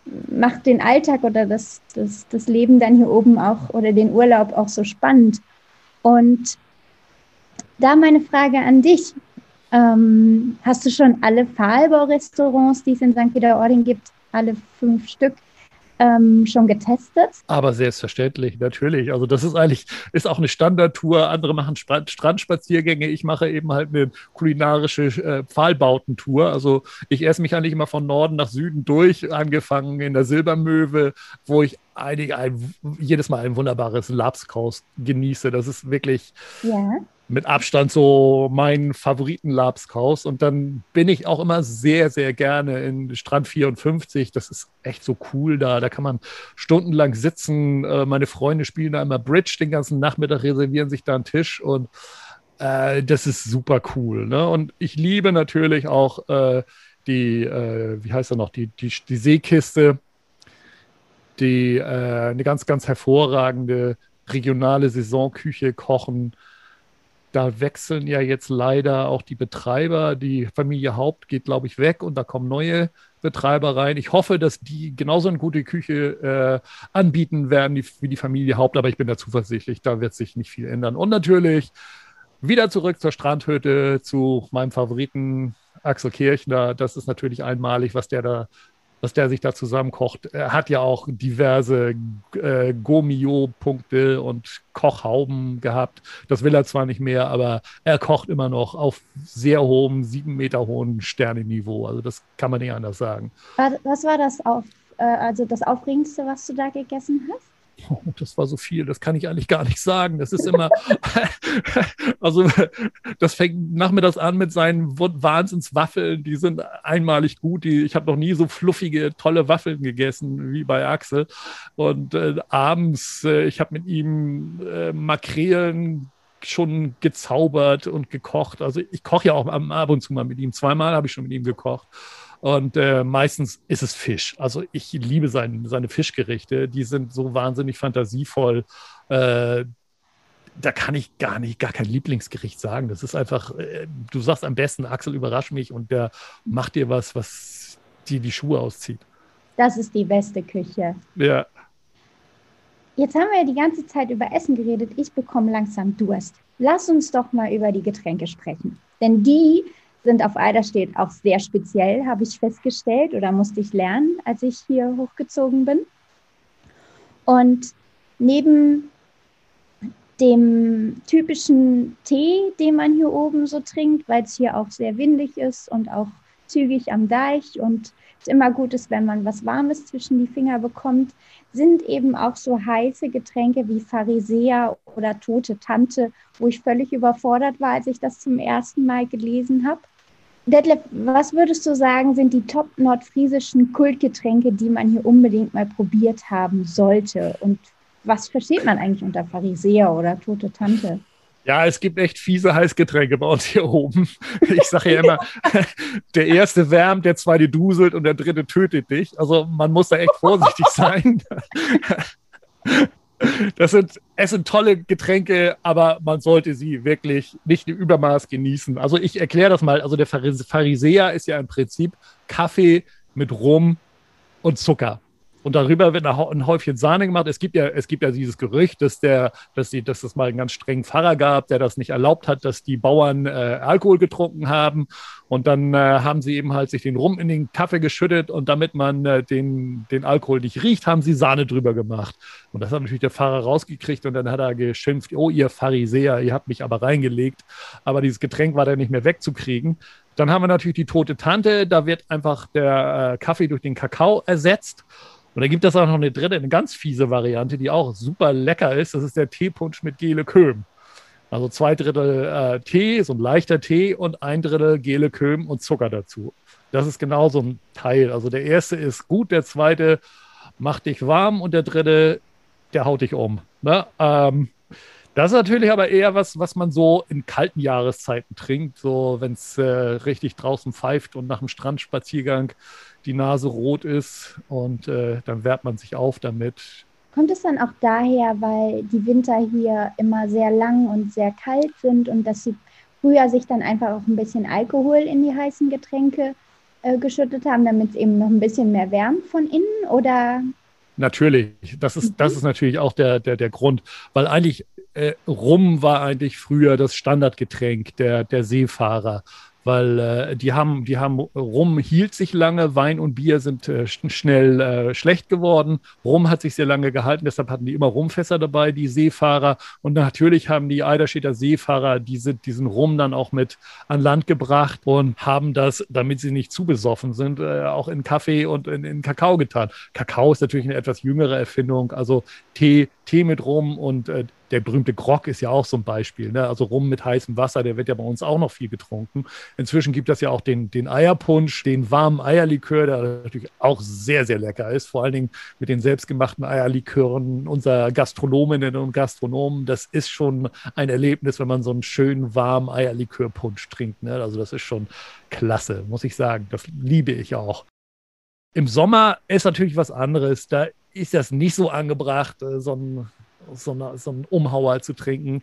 macht den Alltag oder das, das, das Leben dann hier oben auch oder den Urlaub auch so spannend. Und da meine Frage an dich. Ähm, hast du schon alle Pfahlbau-Restaurants, die es in Sankt Peter-Ording gibt, alle fünf Stück, ähm, schon getestet? Aber selbstverständlich, natürlich. Also das ist eigentlich, ist auch eine Standardtour. Andere machen Sp- Strandspaziergänge. Ich mache eben halt eine kulinarische äh, Pfahlbautentour. Also ich esse mich eigentlich immer von Norden nach Süden durch, angefangen in der Silbermöwe, wo ich einige, ein, jedes Mal ein wunderbares Labskaus genieße. Das ist wirklich... Ja. Mit Abstand so mein Favoriten-Labskaus. Und dann bin ich auch immer sehr, sehr gerne in Strand vierundfünfzig. Das ist echt so cool da. Da kann man stundenlang sitzen. Meine Freunde spielen da immer Bridge den ganzen Nachmittag, reservieren sich da einen Tisch und äh, das ist super cool. Ne? Und ich liebe natürlich auch äh, die, äh, wie heißt er noch, die, die, die Seekiste, die äh, eine ganz, ganz hervorragende regionale Saisonküche kochen. Da wechseln ja jetzt leider auch die Betreiber. Die Familie Haupt geht, glaube ich, weg und da kommen neue Betreiber rein. Ich hoffe, dass die genauso eine gute Küche äh, anbieten werden wie, wie die Familie Haupt, aber ich bin da zuversichtlich, da wird sich nicht viel ändern. Und natürlich wieder zurück zur Strandhütte, zu meinem Favoriten Axel Kirchner. Das ist natürlich einmalig, was der da was der sich da zusammenkocht. Er hat ja auch diverse äh, Gourmillot-Punkte und Kochhauben gehabt. Das will er zwar nicht mehr, aber er kocht immer noch auf sehr hohem, sieben Meter hohen Sternenniveau. Also das kann man nicht anders sagen. Was war das auf, äh, also das Aufregendste, was du da gegessen hast? Oh, das war so viel, das kann ich eigentlich gar nicht sagen. Das ist immer, also das fängt nachmittags an mit seinen Wahnsinnswaffeln, die sind einmalig gut. Die, ich habe noch nie so fluffige, tolle Waffeln gegessen wie bei Axel. Und äh, abends, äh, ich habe mit ihm äh, Makrelen schon gezaubert und gekocht. Also ich koche ja auch ab und zu mal mit ihm. Zweimal habe ich schon mit ihm gekocht. Und äh, meistens ist es Fisch. Also ich liebe sein, seine Fischgerichte. Die sind so wahnsinnig fantasievoll. Äh, da kann ich gar nicht, gar kein Lieblingsgericht sagen. Das ist einfach, äh, du sagst am besten, Axel, überrasch mich und der macht dir was, was dir die Schuhe auszieht. Das ist die beste Küche. Ja. Jetzt haben wir ja die ganze Zeit über Essen geredet. Ich bekomme langsam Durst. Lass uns doch mal über die Getränke sprechen. Denn die sind auf Eiderstedt auch sehr speziell, habe ich festgestellt oder musste ich lernen, als ich hier hochgezogen bin. Und neben dem typischen Tee, den man hier oben so trinkt, weil es hier auch sehr windig ist und auch zügig am Deich und es immer gut ist, wenn man was Warmes zwischen die Finger bekommt, sind eben auch so heiße Getränke wie Pharisäer oder Tote Tante, wo ich völlig überfordert war, als ich das zum ersten Mal gelesen habe. Detlef, was würdest du sagen, sind die top nordfriesischen Kultgetränke, die man hier unbedingt mal probiert haben sollte? Und was versteht man eigentlich unter Pharisäer oder Tote Tante? Ja, es gibt echt fiese Heißgetränke bei uns hier oben. Ich sage ja immer, der erste wärmt, der zweite duselt und der dritte tötet dich. Also man muss da echt vorsichtig sein. Das sind, es sind tolle Getränke, aber man sollte sie wirklich nicht im Übermaß genießen. Also ich erkläre das mal. Also der Pharisäer ist ja im Prinzip Kaffee mit Rum und Zucker. Und darüber wird ein Häufchen Sahne gemacht. Es gibt ja, es gibt ja dieses Gerücht, dass, der, dass, die, dass es mal einen ganz strengen Pfarrer gab, der das nicht erlaubt hat, dass die Bauern äh, Alkohol getrunken haben. Und dann äh, haben sie eben halt sich den Rum in den Kaffee geschüttet und damit man äh, den, den Alkohol nicht riecht, haben sie Sahne drüber gemacht. Und das hat natürlich der Pfarrer rausgekriegt und dann hat er geschimpft, oh ihr Pharisäer, ihr habt mich aber reingelegt. Aber dieses Getränk war dann nicht mehr wegzukriegen. Dann haben wir natürlich die Tote Tante, da wird einfach der äh, Kaffee durch den Kakao ersetzt. Und da gibt es auch noch eine dritte, eine ganz fiese Variante, die auch super lecker ist. Das ist der Teepunsch mit Gele Köhm. Also zwei Drittel äh, Tee, so ein leichter Tee und ein Drittel Gele Köhm und Zucker dazu. Das ist genau so ein Teil. Also der erste ist gut, der zweite macht dich warm und der dritte, der haut dich um. Ne? Ähm, das ist natürlich aber eher was, was man so in kalten Jahreszeiten trinkt, so wenn es äh, richtig draußen pfeift und nach dem Strandspaziergang die Nase rot ist und äh, dann wärmt man sich auf damit. Kommt es dann auch daher, weil die Winter hier immer sehr lang und sehr kalt sind und dass sie früher sich dann einfach auch ein bisschen Alkohol in die heißen Getränke äh, geschüttet haben, damit es eben noch ein bisschen mehr wärmt von innen, oder? Natürlich, das ist, das ist natürlich auch der, der, der Grund, weil eigentlich äh, Rum war eigentlich früher das Standardgetränk der, der Seefahrer, weil äh, die haben, die haben Rum hielt sich lange, Wein und Bier sind äh, sch schnell äh, schlecht geworden. Rum hat sich sehr lange gehalten, deshalb hatten die immer Rumfässer dabei, die Seefahrer. Und natürlich haben die Eiderstedter Seefahrer diese, diesen Rum dann auch mit an Land gebracht und haben das, damit sie nicht zu besoffen sind, äh, auch in Kaffee und in, in Kakao getan. Kakao ist natürlich eine etwas jüngere Erfindung, also Tee, Tee mit Rum und äh, der berühmte Grog ist ja auch so ein Beispiel. Ne? Also Rum mit heißem Wasser, der wird ja bei uns auch noch viel getrunken. Inzwischen gibt es ja auch den, den Eierpunsch, den warmen Eierlikör, der natürlich auch sehr, sehr lecker ist. Vor allen Dingen mit den selbstgemachten Eierlikören unserer Gastronominnen und Gastronomen. Das ist schon ein Erlebnis, wenn man so einen schönen warmen Eierlikörpunsch trinkt. Ne? Also das ist schon klasse, muss ich sagen. Das liebe ich auch. Im Sommer ist natürlich was anderes. Da ist das nicht so angebracht, so ein So, eine, so einen Umhauer zu trinken.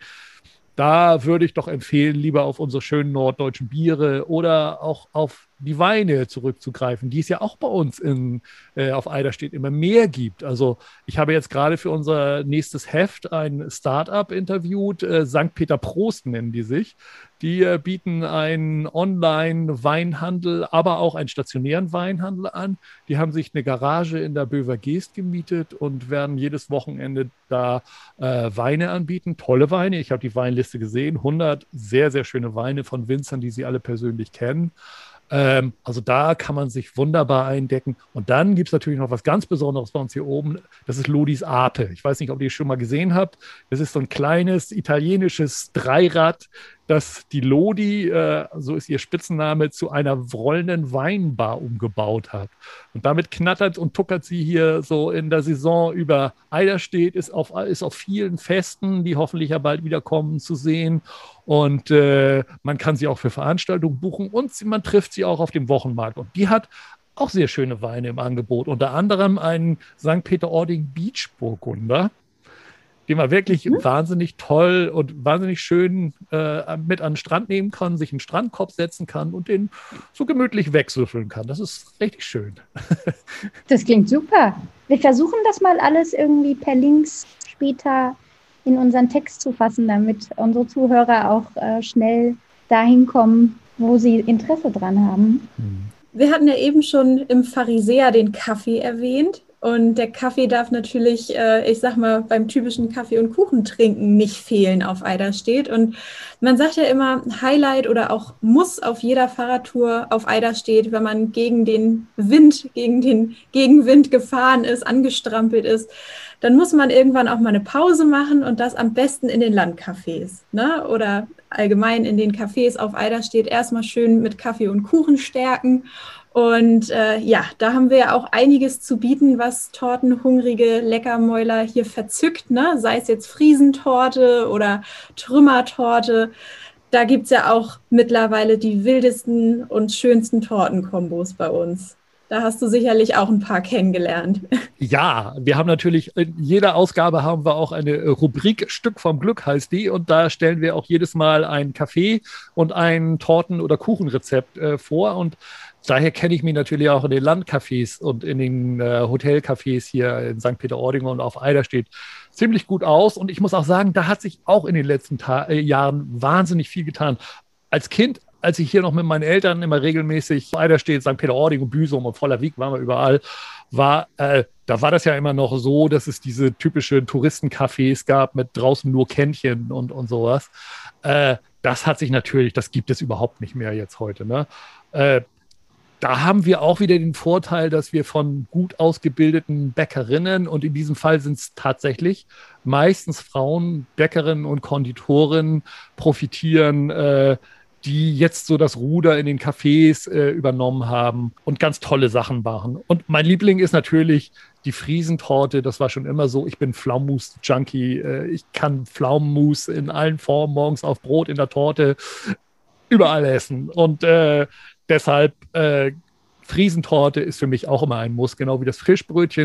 Da würde ich doch empfehlen, lieber auf unsere schönen norddeutschen Biere oder auch auf die Weine zurückzugreifen, die es ja auch bei uns in, äh, auf Eiderstedt immer mehr gibt. Also ich habe jetzt gerade für unser nächstes Heft ein Start-up interviewt, äh, Sankt Peter Prost nennen die sich. Die äh, bieten einen Online-Weinhandel, aber auch einen stationären Weinhandel an. Die haben sich eine Garage in der Böver Geest gemietet und werden jedes Wochenende da äh, Weine anbieten. Tolle Weine. Ich habe die Weinliste gesehen. hundert sehr, sehr schöne Weine von Winzern, die Sie alle persönlich kennen. Ähm, also da kann man sich wunderbar eindecken. Und dann gibt es natürlich noch was ganz Besonderes bei uns hier oben. Das ist Lodis Ape. Ich weiß nicht, ob ihr es schon mal gesehen habt. Das ist so ein kleines italienisches Dreirad, das die Lodi, äh, so ist ihr Spitzname, zu einer rollenden Weinbar umgebaut hat. Und damit knattert und tuckert sie hier so in der Saison über Eiderstedt, ist auf, ist auf vielen Festen, die hoffentlich ja bald wieder kommen, zu sehen. Und äh, man kann sie auch für Veranstaltungen buchen und sie, man trifft sie auch auf dem Wochenmarkt. Und die hat auch sehr schöne Weine im Angebot. Unter anderem einen Sankt Peter-Ording Beach Burgunder, den man wirklich mhm. wahnsinnig toll und wahnsinnig schön äh, mit an den Strand nehmen kann, sich einen Strandkorb setzen kann und den so gemütlich wegsüffeln kann. Das ist richtig schön. Das klingt super. Wir versuchen das mal alles irgendwie per Links später in unseren Text zu fassen, damit unsere Zuhörer auch äh, schnell dahin kommen, wo sie Interesse dran haben. Wir hatten ja eben schon im Pharisäer den Kaffee erwähnt. Und der Kaffee darf natürlich, äh, ich sag mal, beim typischen Kaffee- und Kuchentrinken nicht fehlen auf Eiderstedt. Und man sagt ja immer, Highlight oder auch Muss auf jeder Fahrradtour auf Eiderstedt, wenn man gegen den Wind, gegen den Gegenwind gefahren ist, angestrampelt ist, dann muss man irgendwann auch mal eine Pause machen und das am besten in den Landcafés, ne? Oder allgemein in den Cafés auf Eiderstedt erstmal schön mit Kaffee und Kuchen stärken. Und äh, ja, da haben wir ja auch einiges zu bieten, was tortenhungrige Leckermäuler hier verzückt, ne? Sei es jetzt Friesentorte oder Trümmertorte. Da gibt es ja auch mittlerweile die wildesten und schönsten Tortenkombos bei uns. Da hast du sicherlich auch ein paar kennengelernt. Ja, wir haben natürlich, in jeder Ausgabe haben wir auch eine Rubrik Stück vom Glück heißt die und da stellen wir auch jedes Mal ein Kaffee und ein Torten- oder Kuchenrezept äh, vor und daher kenne ich mich natürlich auch in den Landcafés und in den äh, Hotelcafés hier in Sankt Peter-Ording und auf Eiderstedt ziemlich gut aus und ich muss auch sagen, da hat sich auch in den letzten Ta- äh, Jahren wahnsinnig viel getan. Als Kind, als ich hier noch mit meinen Eltern immer regelmäßig Eiderstedt, Sankt Peter-Ording und Büsum und Vollerwiek waren wir überall, war, äh, da war das ja immer noch so, dass es diese typischen Touristencafés gab mit draußen nur Kännchen und, und sowas. Äh, das hat sich natürlich, das gibt es überhaupt nicht mehr jetzt heute. Ne? Äh, da haben wir auch wieder den Vorteil, dass wir von gut ausgebildeten Bäckerinnen und in diesem Fall sind es tatsächlich meistens Frauen, Bäckerinnen und Konditorinnen profitieren, äh, die jetzt so das Ruder in den Cafés äh, übernommen haben und ganz tolle Sachen machen. Und mein Liebling ist natürlich die Friesentorte. Das war schon immer so. Ich bin Pflaumenmus-Junkie. Äh, ich kann Pflaumenmus in allen Formen morgens auf Brot, in der Torte, überall essen. Und äh, deshalb äh, Friesentorte ist für mich auch immer ein Muss, genau wie das Frischbrötchen.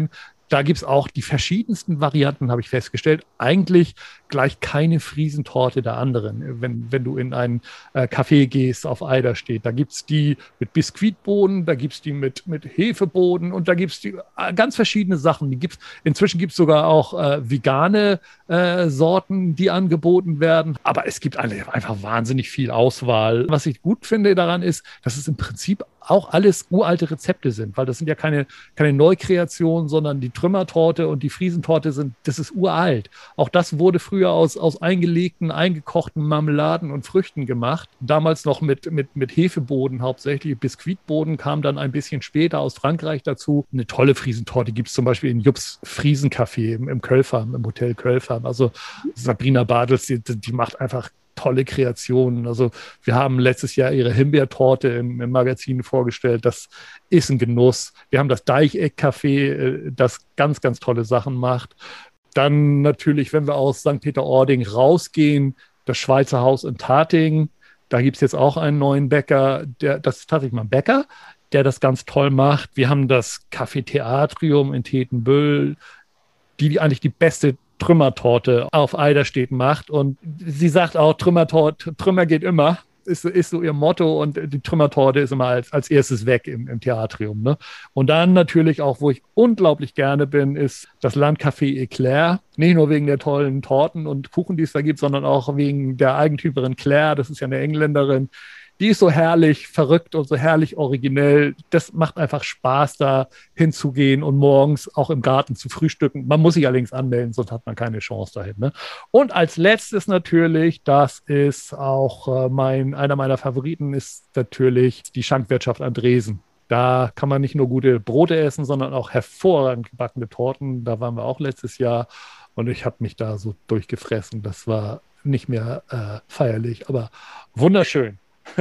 Da gibt es auch die verschiedensten Varianten, habe ich festgestellt. Eigentlich gleich keine Friesentorte der anderen. Wenn, wenn du in ein äh, Café gehst, auf Eiderstedt, da gibt es die mit Biskuitboden, da gibt es die mit, mit Hefeboden und da gibt es die äh, ganz verschiedene Sachen. Die gibt's, inzwischen gibt es sogar auch äh, vegane äh, Sorten, die angeboten werden. Aber es gibt einfach wahnsinnig viel Auswahl. Was ich gut finde daran ist, dass es im Prinzip auch alles uralte Rezepte sind, weil das sind ja keine, keine Neukreationen, sondern die Trümmertorte und die Friesentorte sind, das ist uralt. Auch das wurde früher aus, aus eingelegten, eingekochten Marmeladen und Früchten gemacht. Damals noch mit, mit, mit Hefeboden hauptsächlich. Biskuitboden kam dann ein bisschen später aus Frankreich dazu. Eine tolle Friesentorte gibt es zum Beispiel in Jupps Friesencafé im, im Kölfarm, im Hotel Kölfarm. Also Sabrina Bartels, die, die macht einfach tolle Kreationen. Also wir haben letztes Jahr ihre Himbeertorte im, im Magazin vorgestellt. Das ist ein Genuss. Wir haben das Deicheck-Café, das ganz, ganz tolle Sachen macht. Dann natürlich, wenn wir aus Sankt Peter-Ording rausgehen, das Schweizer Haus in Tating. Da gibt es jetzt auch einen neuen Bäcker. Der, das ist tatsächlich mal ein Bäcker, der das ganz toll macht. Wir haben das Café Theatrium in Tetenbüll, die, die eigentlich die beste Trümmertorte auf Eiderstedt macht. Und sie sagt auch, Trümmertorte, Trümmer geht immer, ist, ist so ihr Motto. Und die Trümmertorte ist immer als, als erstes weg im, im Theatrium. Ne? Und dann natürlich auch, wo ich unglaublich gerne bin, ist das Landcafé Eclair. Nicht nur wegen der tollen Torten und Kuchen, die es da gibt, sondern auch wegen der Eigentümerin Claire. Das ist ja eine Engländerin. Die ist so herrlich verrückt und so herrlich originell. Das macht einfach Spaß, da hinzugehen und morgens auch im Garten zu frühstücken. Man muss sich allerdings anmelden, sonst hat man keine Chance dahin. Ne? Und als letztes natürlich, das ist auch äh, mein, einer meiner Favoriten, ist natürlich die Schankwirtschaft Andresen. Da kann man nicht nur gute Brote essen, sondern auch hervorragend gebackene Torten. Da waren wir auch letztes Jahr und ich habe mich da so durchgefressen. Das war nicht mehr äh, feierlich, aber wunderschön.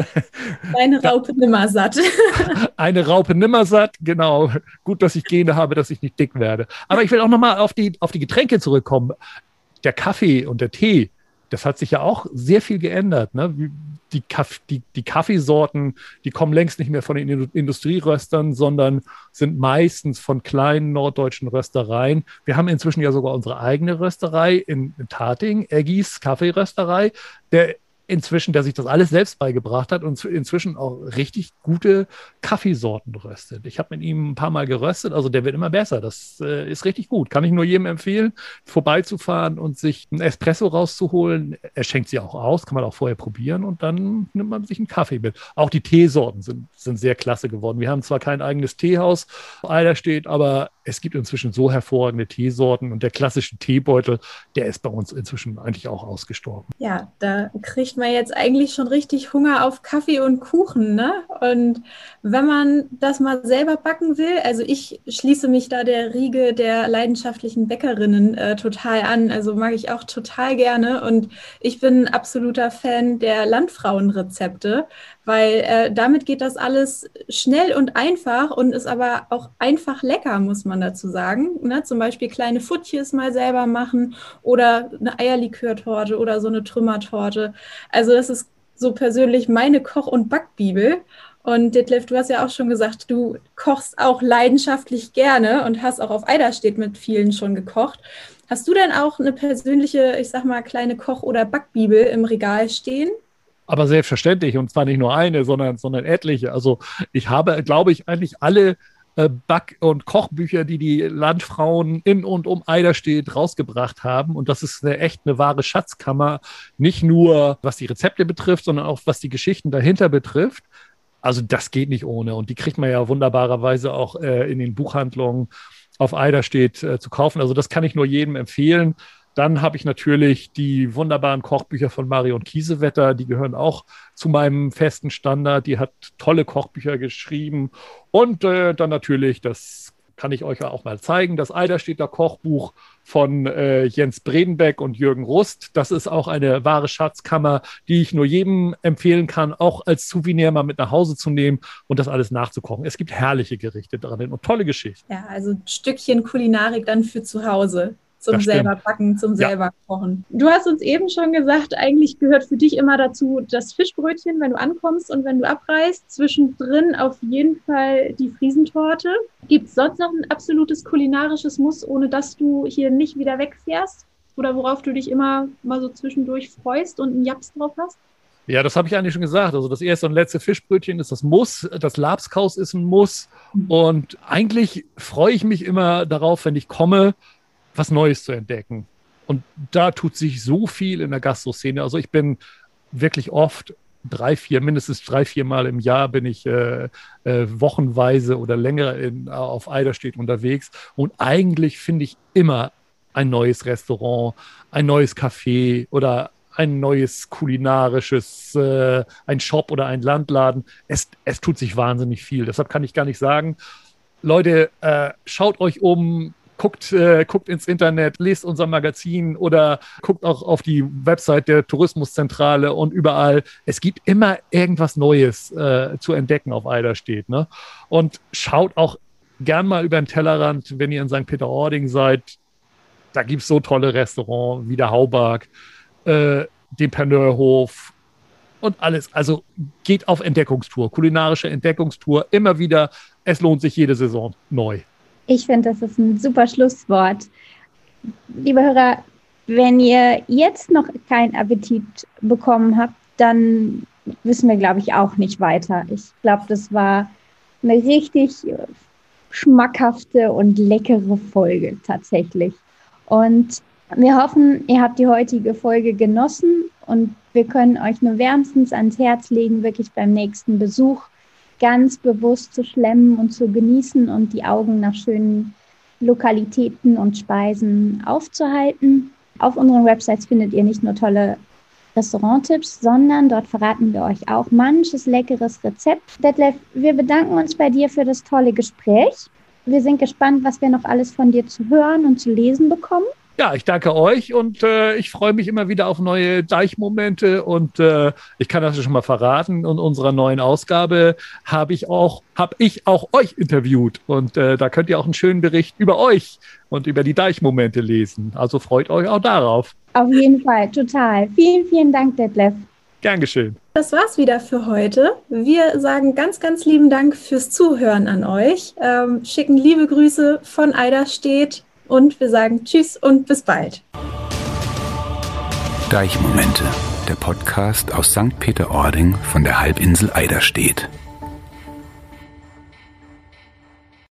Eine Raupe nimmersatt. Eine Raupe nimmersatt, genau. Gut, dass ich Gene habe, dass ich nicht dick werde. Aber ich will auch nochmal auf die, auf die Getränke zurückkommen. Der Kaffee und der Tee, das hat sich ja auch sehr viel geändert. Ne? Die, Kaff, die, die Kaffeesorten, die kommen längst nicht mehr von den Industrieröstern, sondern sind meistens von kleinen norddeutschen Röstereien. Wir haben inzwischen ja sogar unsere eigene Rösterei in, in Tating, Eggis Kaffeerösterei, der inzwischen, der sich das alles selbst beigebracht hat und inzwischen auch richtig gute Kaffeesorten röstet. Ich habe mit ihm ein paar Mal geröstet, also der wird immer besser. Das äh, ist richtig gut. Kann ich nur jedem empfehlen, vorbeizufahren und sich einen Espresso rauszuholen. Er schenkt sie auch aus, kann man auch vorher probieren und dann nimmt man sich einen Kaffee mit. Auch die Teesorten sind, sind sehr klasse geworden. Wir haben zwar kein eigenes Teehaus, wo Eiderstedt, aber es gibt inzwischen so hervorragende Teesorten und der klassische Teebeutel, der ist bei uns inzwischen eigentlich auch ausgestorben. Ja, da kriegt man jetzt eigentlich schon richtig Hunger auf Kaffee und Kuchen, ne? Und wenn man das mal selber backen will, also ich schließe mich da der Riege der leidenschaftlichen Bäckerinnen äh, total an, also mag ich auch total gerne und ich bin ein absoluter Fan der Landfrauenrezepte, weil äh, damit geht das alles schnell und einfach und ist aber auch einfach lecker, muss man dazu sagen. Ne? Zum Beispiel kleine Futtjes mal selber machen oder eine Eierlikörtorte oder so eine Trümmertorte. Also das ist so persönlich meine Koch- und Backbibel. Und Detlef, du hast ja auch schon gesagt, du kochst auch leidenschaftlich gerne und hast auch auf Eiderstedt mit vielen schon gekocht. Hast du denn auch eine persönliche, ich sag mal, kleine Koch- oder Backbibel im Regal stehen? Aber selbstverständlich, und zwar nicht nur eine, sondern, sondern etliche. Also ich habe, glaube ich, eigentlich alle äh, Back- und Kochbücher, die die Landfrauen in und um Eiderstedt rausgebracht haben. Und das ist eine, echt eine wahre Schatzkammer, nicht nur was die Rezepte betrifft, sondern auch was die Geschichten dahinter betrifft. Also das geht nicht ohne. Und die kriegt man ja wunderbarerweise auch äh, in den Buchhandlungen auf Eiderstedt äh, zu kaufen. Also das kann ich nur jedem empfehlen. Dann habe ich natürlich die wunderbaren Kochbücher von Marion Kiesewetter, die gehören auch zu meinem festen Standard. Die hat tolle Kochbücher geschrieben. Und äh, dann natürlich, das kann ich euch auch mal zeigen, das Eiderstedter Kochbuch von äh, Jens Bredenbeck und Jürgen Rust. Das ist auch eine wahre Schatzkammer, die ich nur jedem empfehlen kann, auch als Souvenir mal mit nach Hause zu nehmen und das alles nachzukochen. Es gibt herrliche Gerichte drin und tolle Geschichten. Ja, also ein Stückchen Kulinarik dann für zu Hause. zum Das selber stimmt. backen, zum Ja. selber kochen. Du hast uns eben schon gesagt, eigentlich gehört für dich immer dazu das Fischbrötchen, wenn du ankommst und wenn du abreist. Zwischendrin auf jeden Fall die Friesentorte. Gibt es sonst noch ein absolutes kulinarisches Muss, ohne dass du hier nicht wieder wegfährst? Oder worauf du dich immer mal so zwischendurch freust und einen Japs drauf hast? Ja, das habe ich eigentlich schon gesagt. Also das erste und letzte Fischbrötchen ist das Muss. Das Labskaus ist ein Muss. Und eigentlich freue ich mich immer darauf, wenn ich komme, was Neues zu entdecken. Und da tut sich so viel in der Gastroszene. Also ich bin wirklich oft drei, vier, mindestens drei, vier Mal im Jahr bin ich äh, äh, wochenweise oder länger in, auf Eiderstedt unterwegs. Und eigentlich finde ich immer ein neues Restaurant, ein neues Café oder ein neues kulinarisches, äh, ein Shop oder ein Landladen. Es, es tut sich wahnsinnig viel. Deshalb kann ich gar nicht sagen, Leute, äh, schaut euch um, guckt, äh, guckt ins Internet, lest unser Magazin oder guckt auch auf die Website der Tourismuszentrale und überall. Es gibt immer irgendwas Neues äh, zu entdecken auf Eiderstedt, ne? Und schaut auch gern mal über den Tellerrand, wenn ihr in Sankt Peter-Ording seid. Da gibt es so tolle Restaurants wie der Hauberg, äh, den Perneurhof und alles. Also geht auf Entdeckungstour, kulinarische Entdeckungstour, immer wieder. Es lohnt sich jede Saison neu. Ich finde, das ist ein super Schlusswort. Liebe Hörer, wenn ihr jetzt noch keinen Appetit bekommen habt, dann wissen wir, glaube ich, auch nicht weiter. Ich glaube, das war eine richtig schmackhafte und leckere Folge tatsächlich. Und wir hoffen, ihr habt die heutige Folge genossen und wir können euch nur wärmstens ans Herz legen, wirklich beim nächsten Besuch ganz bewusst zu schlemmen und zu genießen und die Augen nach schönen Lokalitäten und Speisen aufzuhalten. Auf unseren Websites findet ihr nicht nur tolle Restauranttipps, sondern dort verraten wir euch auch manches leckeres Rezept. Detlef, wir bedanken uns bei dir für das tolle Gespräch. Wir sind gespannt, was wir noch alles von dir zu hören und zu lesen bekommen. Ja, ich danke euch und äh, ich freue mich immer wieder auf neue Deichmomente und äh, ich kann das schon mal verraten. In unserer neuen Ausgabe habe ich auch, habe ich auch euch interviewt und äh, da könnt ihr auch einen schönen Bericht über euch und über die Deichmomente lesen. Also freut euch auch darauf. Auf jeden Fall, total. Vielen, vielen Dank, Detlef. Gern geschehen. Das war's wieder für heute. Wir sagen ganz, ganz lieben Dank fürs Zuhören an euch, ähm, schicken liebe Grüße von Eiderstedt. Und wir sagen Tschüss und bis bald. Deichmomente, der Podcast aus Sankt Peter-Ording von der Halbinsel Eiderstedt.